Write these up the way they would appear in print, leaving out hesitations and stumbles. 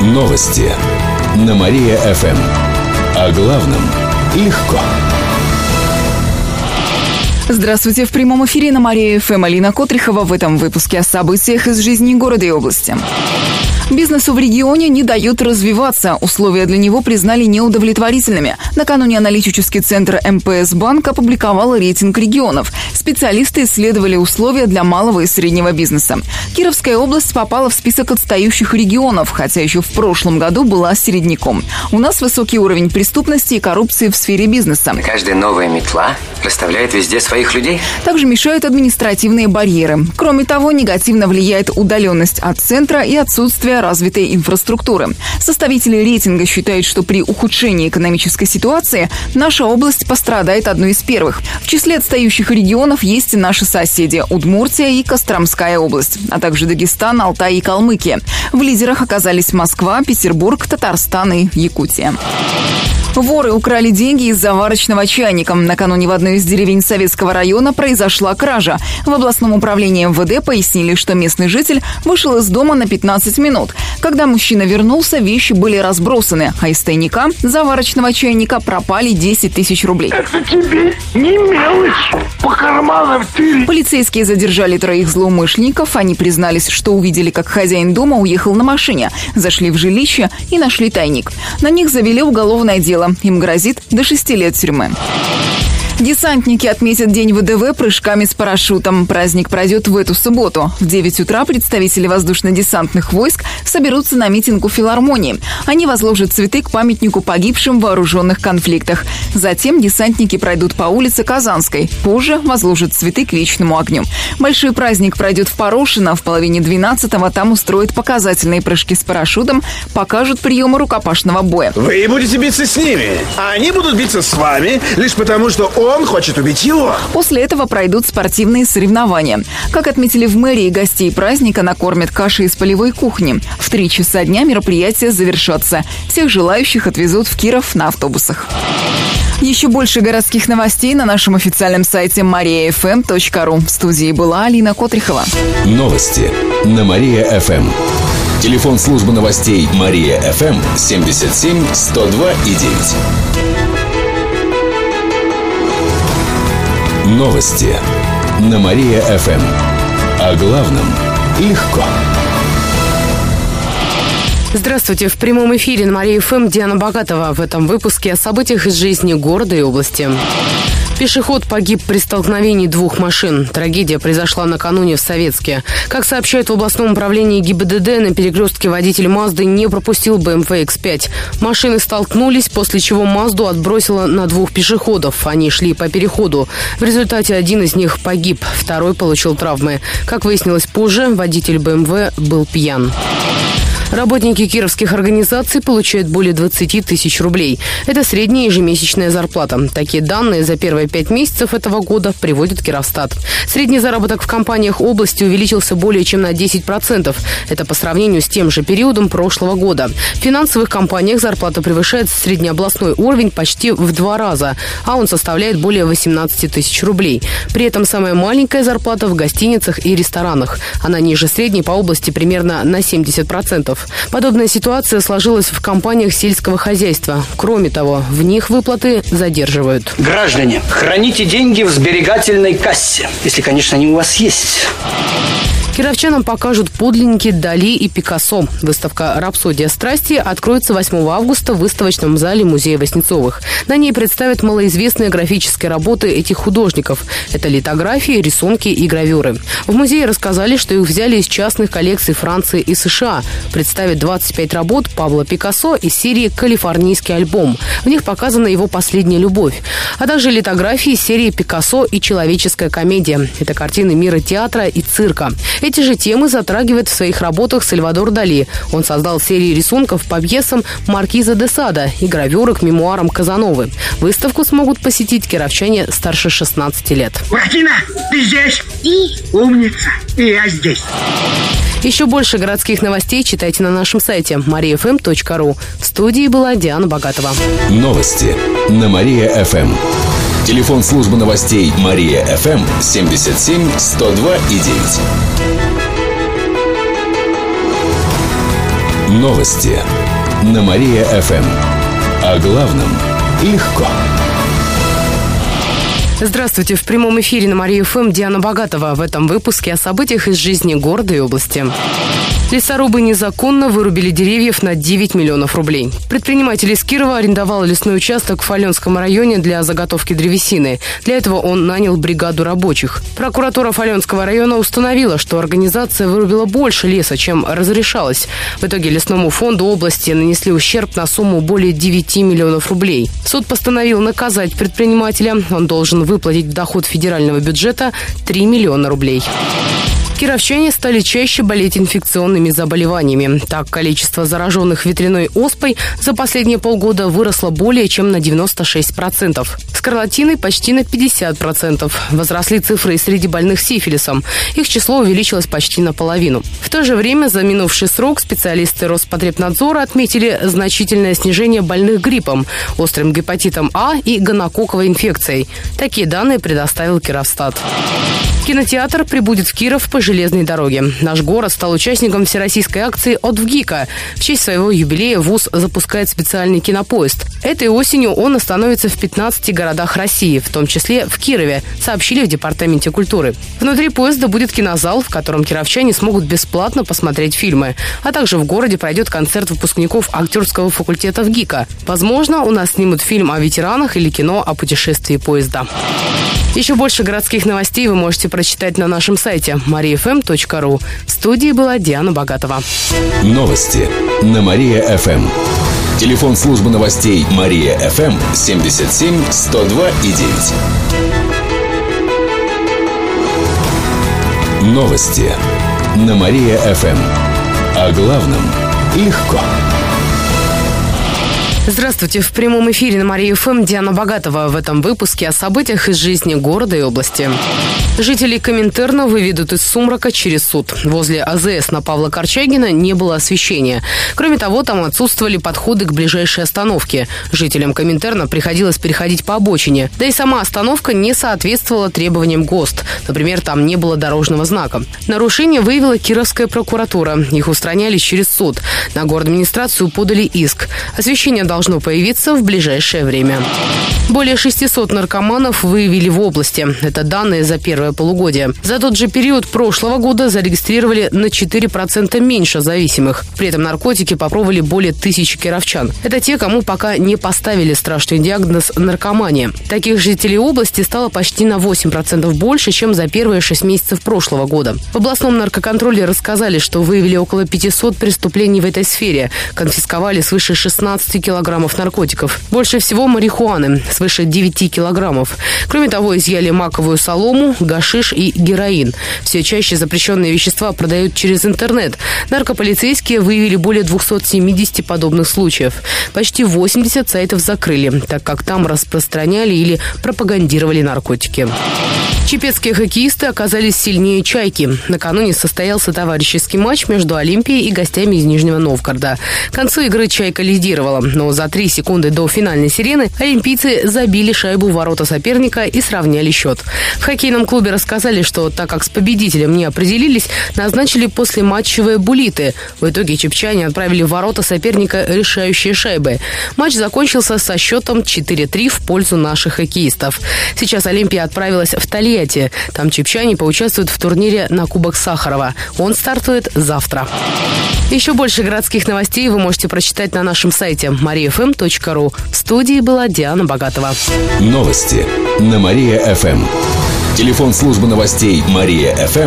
Новости на Мария-ФМ. О главном легко. Здравствуйте, в прямом эфире на Мария-ФМ Алина Котрихова. В этом выпуске о событиях из жизни города и области. Бизнесу в регионе не дают развиваться. Условия для него признали неудовлетворительными. Накануне аналитический центр МПС Банк опубликовал рейтинг регионов. Специалисты исследовали условия для малого и среднего бизнеса. Кировская область попала в список отстающих регионов, хотя еще в прошлом году была середняком. У нас высокий уровень преступности и коррупции в сфере бизнеса. Каждая новая метла расставляет везде своих людей. Также мешают административные барьеры. Кроме того, негативно влияет удаленность от центра и отсутствие развитой инфраструктуры. Составители рейтинга считают, что при ухудшении экономической ситуации наша область пострадает одной из первых. В числе отстающих регионов есть и наши соседи – Удмуртия и Костромская область, а также Дагестан, Алтай и Калмыкия. В лидерах оказались Москва, Петербург, Татарстан и Якутия. Воры украли деньги из заварочного чайника. Накануне в одной из деревень Советского района произошла кража. В областном управлении МВД пояснили, что местный житель вышел из дома на 15 минут. Когда мужчина вернулся, вещи были разбросаны, а из тайника заварочного чайника пропали 10 тысяч рублей. Это тебе не мелочь, по карманам ты. Полицейские задержали 3 злоумышленников. Они признались, что увидели, как хозяин дома уехал на машине, зашли в жилище и нашли тайник. На них завели уголовное дело. Им грозит до 6 лет тюрьмы. Десантники отметят День ВДВ прыжками с парашютом. Праздник пройдет в эту субботу. В 9 утра представители воздушно-десантных войск соберутся на митинг у филармонии. Они возложат цветы к памятнику погибшим в вооруженных конфликтах. Затем десантники пройдут по улице Казанской. Позже возложат цветы к вечному огню. Большой праздник пройдет в Порошино. В половине 12-го там устроят показательные прыжки с парашютом, покажут приемы рукопашного боя. Вы будете биться с ними, а они будут биться с вами, лишь потому, что он хочет убить его. После этого пройдут спортивные соревнования. Как отметили в мэрии, гостей праздника накормят кашей из полевой кухни. В 3 часа дня мероприятие завершатся. Всех желающих отвезут в Киров на автобусах. Еще больше городских новостей на нашем официальном сайте mariafm.ru. В студии была Алина Котрихова. Новости на Мария-ФМ. Телефон службы новостей Мария-ФМ 77 102 и 9. Новости на Мария-ФМ. О главном легко. Здравствуйте. В прямом эфире на Мария-ФМ Диана Богатова. В этом выпуске о событиях из жизни города и области. Пешеход погиб при столкновении 2 машин. Трагедия произошла накануне в Советске. Как сообщают в областном управлении ГИБДД, на перекрестке водитель Мазды не пропустил БМВ X5. Машины столкнулись, после чего Мазду отбросило на 2 пешеходов. Они шли по переходу. В результате один из них погиб, второй получил травмы. Как выяснилось позже, водитель БМВ был пьян. Работники кировских организаций получают более 20 тысяч рублей. Это средняя ежемесячная зарплата. Такие данные за первые 5 месяцев этого года приводит Кировстат. Средний заработок в компаниях области увеличился более чем на 10%. Это по сравнению с тем же периодом прошлого года. В финансовых компаниях зарплата превышает среднеобластной уровень почти в 2 раза, а он составляет более 18 тысяч рублей. При этом самая маленькая зарплата в гостиницах и ресторанах. Она ниже средней по области примерно на 70%. Подобная ситуация сложилась в компаниях сельского хозяйства. Кроме того, в них выплаты задерживают. Граждане, храните деньги в сберегательной кассе, если, конечно, они у вас есть. Кировчанам покажут подлинники Дали и Пикассо. Выставка «Рапсодия страсти» откроется 8 августа в выставочном зале музея Васнецовых. На ней представят малоизвестные графические работы этих художников. Это литографии, рисунки и гравюры. В музее рассказали, что их взяли из частных коллекций Франции и США. Представят 25 работ Пабло Пикассо из серии «Калифорнийский альбом». В них показана его последняя любовь. А также литографии из серии «Пикассо и человеческая комедия». Это картины мира театра и цирка. Эти же темы затрагивает в своих работах Сальвадор Дали. Он создал серии рисунков по пьесам Маркиза де Сада и гравюры к мемуарам Казановы. Выставку смогут посетить кировчане старше 16 лет. Буратино, ты здесь? И? Умница. И я здесь. Еще больше городских новостей читайте на нашем сайте mariafm.ru. В студии была Диана Богатова. Новости на Мария-ФМ. Телефон службы новостей Мария-ФМ 77 102 и 9. Новости на Мария-ФМ. О главном легко. Здравствуйте. В прямом эфире на Мария-ФМ Диана Богатова. В этом выпуске о событиях из жизни города и области. Лесорубы незаконно вырубили деревьев на 9 миллионов рублей. Предприниматель из Кирова арендовал лесной участок в Фаленском районе для заготовки древесины. Для этого он нанял бригаду рабочих. Прокуратура Фаленского района установила, что организация вырубила больше леса, чем разрешалось. В итоге лесному фонду области нанесли ущерб на сумму более 9 миллионов рублей. Суд постановил наказать предпринимателя. Он должен выплатить в доход федерального бюджета 3 миллиона рублей. Кировчане стали чаще болеть инфекционными заболеваниями. Так, количество зараженных ветряной оспой за последние полгода выросло более чем на 96%. Скарлатиной почти на 50%. Возросли цифры и среди больных сифилисом. Их число увеличилось почти наполовину. В то же время за минувший срок специалисты Роспотребнадзора отметили значительное снижение больных гриппом, острым гепатитом А и гонококковой инфекцией. Такие данные предоставил Кировстат. Кинотеатр прибудет в Киров по железной дороге. Наш город стал участником всероссийской акции «От ВГИКа». В честь своего юбилея ВУЗ запускает специальный кинопоезд. Этой осенью он остановится в 15 городах России, в том числе в Кирове, сообщили в Департаменте культуры. Внутри поезда будет кинозал, в котором кировчане смогут бесплатно посмотреть фильмы. А также в городе пройдет концерт выпускников актерского факультета ВГИКа. Возможно, у нас снимут фильм о ветеранах или кино о путешествии поезда. Еще больше городских новостей вы можете прочитать на нашем сайте mariafm.ru. В студии была Диана Богатова. Новости на Мария-ФМ. Телефон службы новостей Мария-ФМ 77 102 и 9. Новости на Мария-ФМ. О главном легко. Здравствуйте. В прямом эфире на Мария-ФМ Диана Богатова. В этом выпуске о событиях из жизни города и области. Жителей Коминтерна выведут из сумрака через суд. Возле АЗС на Павла Корчагина не было освещения. Кроме того, там отсутствовали подходы к ближайшей остановке. Жителям Коминтерна приходилось переходить по обочине. Да и сама остановка не соответствовала требованиям ГОСТ. Например, там не было дорожного знака. Нарушение выявила Кировская прокуратура. Их устраняли через суд. На городадминистрацию подали иск. Освещение должно появиться в ближайшее время. Более 600 наркоманов выявили в области. Это данные за первое полугодие. За тот же период прошлого года зарегистрировали на 4% меньше зависимых. При этом наркотики попробовали более 1000 кировчан. Это те, кому пока не поставили страшный диагноз наркомания. Таких жителей области стало почти на 8% больше, чем за первые 6 месяцев прошлого года. В областном наркоконтроле рассказали, что выявили около 500 преступлений в этой сфере. Конфисковали свыше 16 килограммов наркотиков. Больше всего марихуаны, свыше 9 килограммов. Кроме того, изъяли маковую солому, гашиш и героин. Все чаще запрещенные вещества продают через интернет. Наркополицейские выявили более 270 подобных случаев. Почти 80 сайтов закрыли, так как там распространяли или пропагандировали наркотики. Чепецкие хоккеисты оказались сильнее «Чайки». Накануне состоялся товарищеский матч между «Олимпией» и гостями из Нижнего Новгорода. К концу игры «Чайка» лидировала, но за 3 секунды до финальной сирены олимпийцы забили шайбу в ворота соперника и сравняли счет. В хоккейном клубе рассказали, что так как с победителем не определились, назначили послематчевые буллиты. В итоге чепчане отправили в ворота соперника решающие шайбы. Матч закончился со счетом 4-3 в пользу наших хоккеистов. Сейчас «Олимпия» отправилась в Тольятти. Там чепчане поучаствуют в турнире на Кубок Сахарова. Он стартует завтра. Еще больше городских новостей вы можете прочитать на нашем сайте mariafm.ru. В студии была Диана Богатова. Новости на Мария-ФМ. Телефон службы новостей Мария-ФМ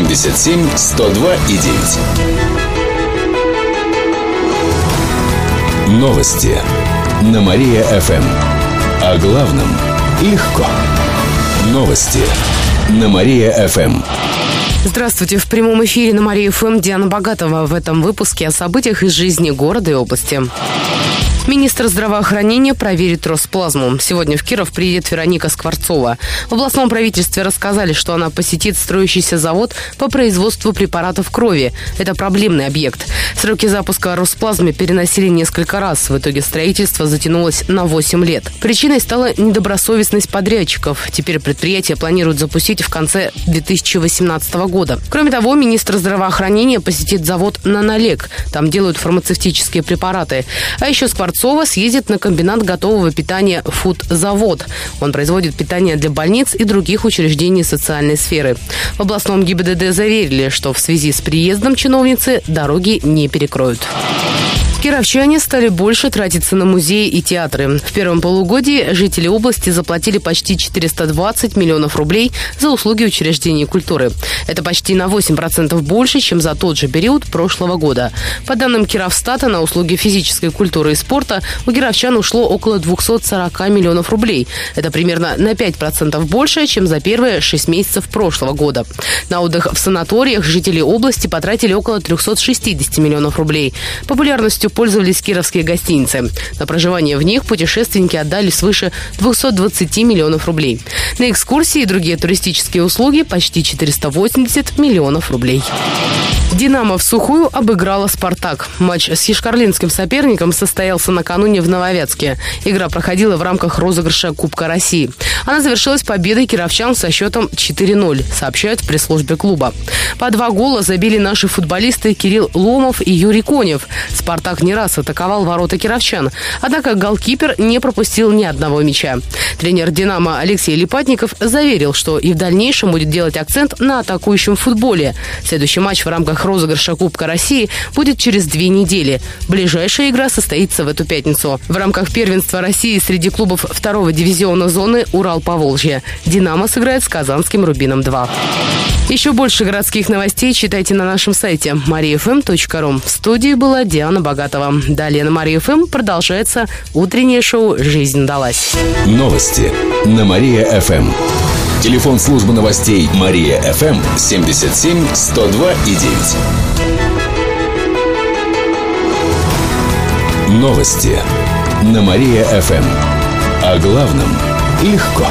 77 102 и 9. Новости на Мария-ФМ. О главном легко. Новости на Мария-ФМ. Здравствуйте. В прямом эфире на Мария-ФМ Диана Богатова. В этом выпуске о событиях из жизни города и области. Министр здравоохранения проверит Росплазму. Сегодня в Киров приедет Вероника Скворцова. В областном правительстве рассказали, что она посетит строящийся завод по производству препаратов крови. Это проблемный объект. Сроки запуска Росплазмы переносили несколько раз. В итоге строительство затянулось на 8 лет. Причиной стала недобросовестность подрядчиков. Теперь предприятие планируют запустить в конце 2018 года. Кроме того, министр здравоохранения посетит завод «Нанолек». Там делают фармацевтические препараты. А еще Скворцова съездит на комбинат готового питания «Фудзавод». Он производит питание для больниц и других учреждений социальной сферы. В областном ГИБДД заверили, что в связи с приездом чиновницы дороги не перекроют. Кировчане стали больше тратиться на музеи и театры. В первом полугодии жители области заплатили почти 420 миллионов рублей за услуги учреждений культуры. Это почти на 8% больше, чем за тот же период прошлого года. По данным Кировстата, на услуги физической культуры и спорта у кировчан ушло около 240 миллионов рублей. Это примерно на 5% больше, чем за первые 6 месяцев прошлого года. На отдых в санаториях жители области потратили около 360 миллионов рублей. Популярностью пользовались кировские гостиницы. На проживание в них путешественники отдали свыше 220 миллионов рублей. На экскурсии и другие туристические услуги почти 480 миллионов рублей. «Динамо» в сухую обыграла «Спартак». Матч с ешкарлинским соперником состоялся накануне в Нововятске. Игра проходила в рамках розыгрыша Кубка России. Она завершилась победой кировчан со счетом 4-0, сообщают в пресс-службе клуба. По 2 гола забили наши футболисты Кирилл Ломов и Юрий Конев. «Спартак» не раз атаковал ворота кировчан. Однако голкипер не пропустил ни одного мяча. Тренер «Динамо» Алексей Липатников заверил, что и в дальнейшем будет делать акцент на атакующем футболе. Следующий матч в рамках розыгрыша Кубка России будет через 2 недели. Ближайшая игра состоится в эту пятницу. В рамках первенства России среди клубов 2-го дивизиона зоны «Урал-Поволжье» «Динамо» сыграет с казанским «Рубином-2». Еще больше городских новостей читайте на нашем сайте mariafm.ru. В студии была Диана Богатова. Далее на Мария ФМ продолжается утреннее шоу «Жизнь далась». Новости на Мария ФМ. Телефон службы новостей Мария ФМ 77 102 и 9. Новости на Мария ФМ. О главном легко.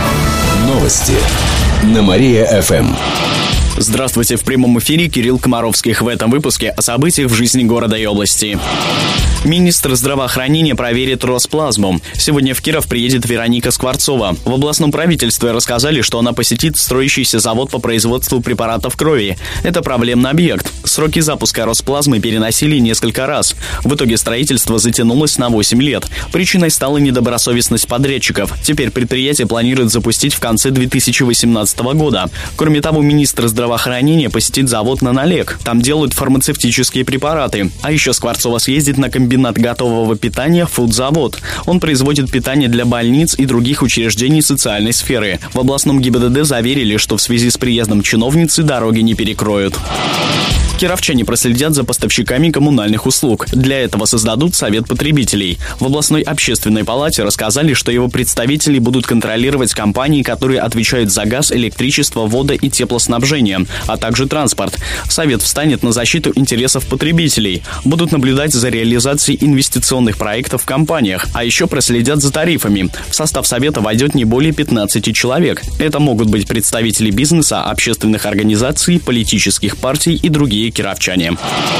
Новости на Мария ФМ. Здравствуйте, в прямом эфире Кирилл Комаровских. В этом выпуске о событиях в жизни города и области. Министр здравоохранения проверит Росплазму. Сегодня в Киров приедет Вероника Скворцова. В областном правительстве рассказали, что она посетит строящийся завод по производству препаратов крови. Это проблемный объект. Сроки запуска Росплазмы переносили несколько раз. В итоге строительство затянулось на 8 лет. Причиной стала недобросовестность подрядчиков. Теперь предприятие планирует запустить в конце 2018 года. Кроме того, министр здравоохранения посетит завод «Нанолек». Там делают фармацевтические препараты. А еще Скворцова съездит на комбинат готового питания «Фудзавод». Он производит питание для больниц и других учреждений социальной сферы. В областном ГИБДД заверили, что в связи с приездом чиновницы дороги не перекроют. Кировчане проследят за поставщиками коммунальных услуг. Для этого создадут Совет потребителей. В областной общественной палате рассказали, что его представители будут контролировать компании, которые отвечают за газ, электричество, водо- и теплоснабжение, а также транспорт. Совет встанет на защиту интересов потребителей. Будут наблюдать за реализацией инвестиционных проектов в компаниях, а еще проследят за тарифами. В состав Совета войдет не более 15 человек. Это могут быть представители бизнеса, общественных организаций, политических партий и другие кировчане.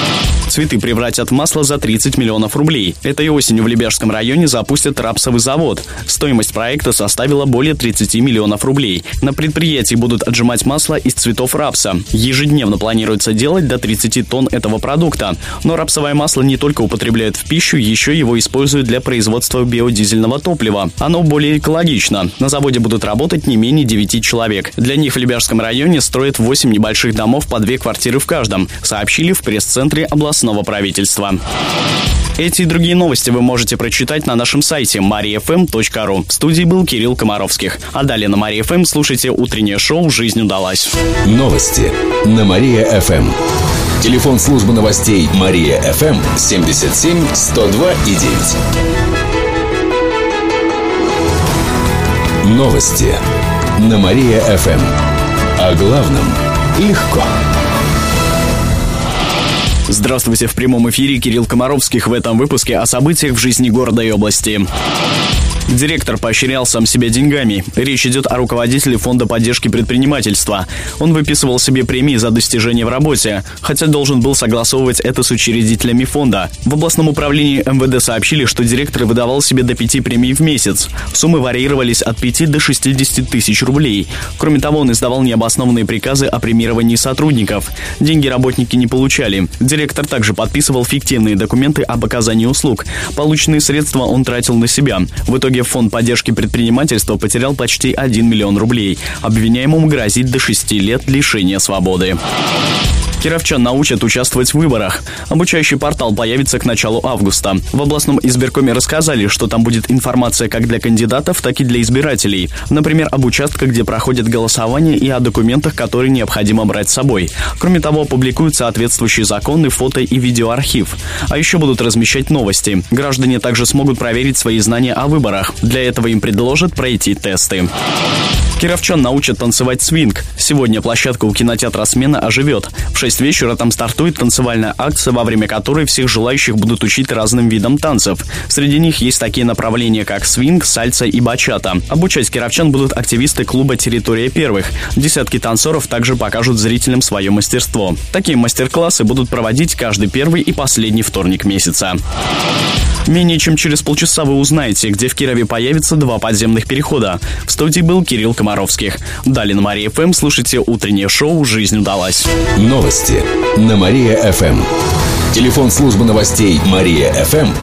Цветы превратят в масло за 30 миллионов рублей. Этой осенью в Лебяжском районе запустят рапсовый завод. Стоимость проекта составила более 30 миллионов рублей. На предприятии будут отжимать масло из цветов рапса. Ежедневно планируется делать до 30 тонн этого продукта. Но рапсовое масло не только употребляют в пищу, еще его используют для производства биодизельного топлива. Оно более экологично. На заводе будут работать не менее 9 человек. Для них в Лебяжском районе строят 8 небольших домов по 2 квартиры в каждом, сообщили в пресс-центре областного правительства. Эти и другие новости вы можете прочитать на нашем сайте mariafm.ru. В студии был Кирилл Комаровских. А далее на Мария ФМ слушайте утреннее шоу «Жизнь удалась». Новости на Мария ФМ. Телефон службы новостей Мария ФМ 77 102 и 9. Новости на Мария ФМ. О главном легко. Здравствуйте, в прямом эфире Кирилл Комаровских. В этом выпуске о событиях в жизни города и области. Директор поощрял сам себя деньгами. Речь идет о руководителе фонда поддержки предпринимательства. Он выписывал себе премии за достижения в работе, хотя должен был согласовывать это с учредителями фонда. В областном управлении МВД сообщили, что директор выдавал себе до 5 премий в месяц. Суммы варьировались от 5 до 60 тысяч рублей. Кроме того, он издавал необоснованные приказы о премировании сотрудников. Деньги работники не получали. Директор также подписывал фиктивные документы об оказании услуг. Полученные средства он тратил на себя. В итоге фонд поддержки предпринимательства потерял почти 1 миллион рублей. Обвиняемому грозит до 6 лет лишения свободы. Кировчан научат участвовать в выборах. Обучающий портал появится к началу августа. В областном избиркоме рассказали, что там будет информация как для кандидатов, так и для избирателей. Например, об участках, где проходит голосование, и о документах, которые необходимо брать с собой. Кроме того, опубликуют соответствующие законы, фото и видеоархив. А еще будут размещать новости. Граждане также смогут проверить свои знания о выборах. Для этого им предложат пройти тесты. Кировчан научат танцевать свинг. Сегодня площадка у кинотеатра «Смена» оживет. В 6 вечера там стартует танцевальная акция, во время которой всех желающих будут учить разным видам танцев. Среди них есть такие направления, как свинг, сальса и бачата. Обучать кировчан будут активисты клуба «Территория первых». Десятки танцоров также покажут зрителям свое мастерство. Такие мастер-классы будут проводить каждый первый и последний вторник месяца. Менее чем через полчаса вы узнаете, где в Кирове появится 2 подземных перехода. В студии был Кирилл Комаровских. Далее на Мария ФМ слушайте утреннее шоу «Жизнь удалась». Новости на Мария ФМ. Телефон службы новостей Мария ФМ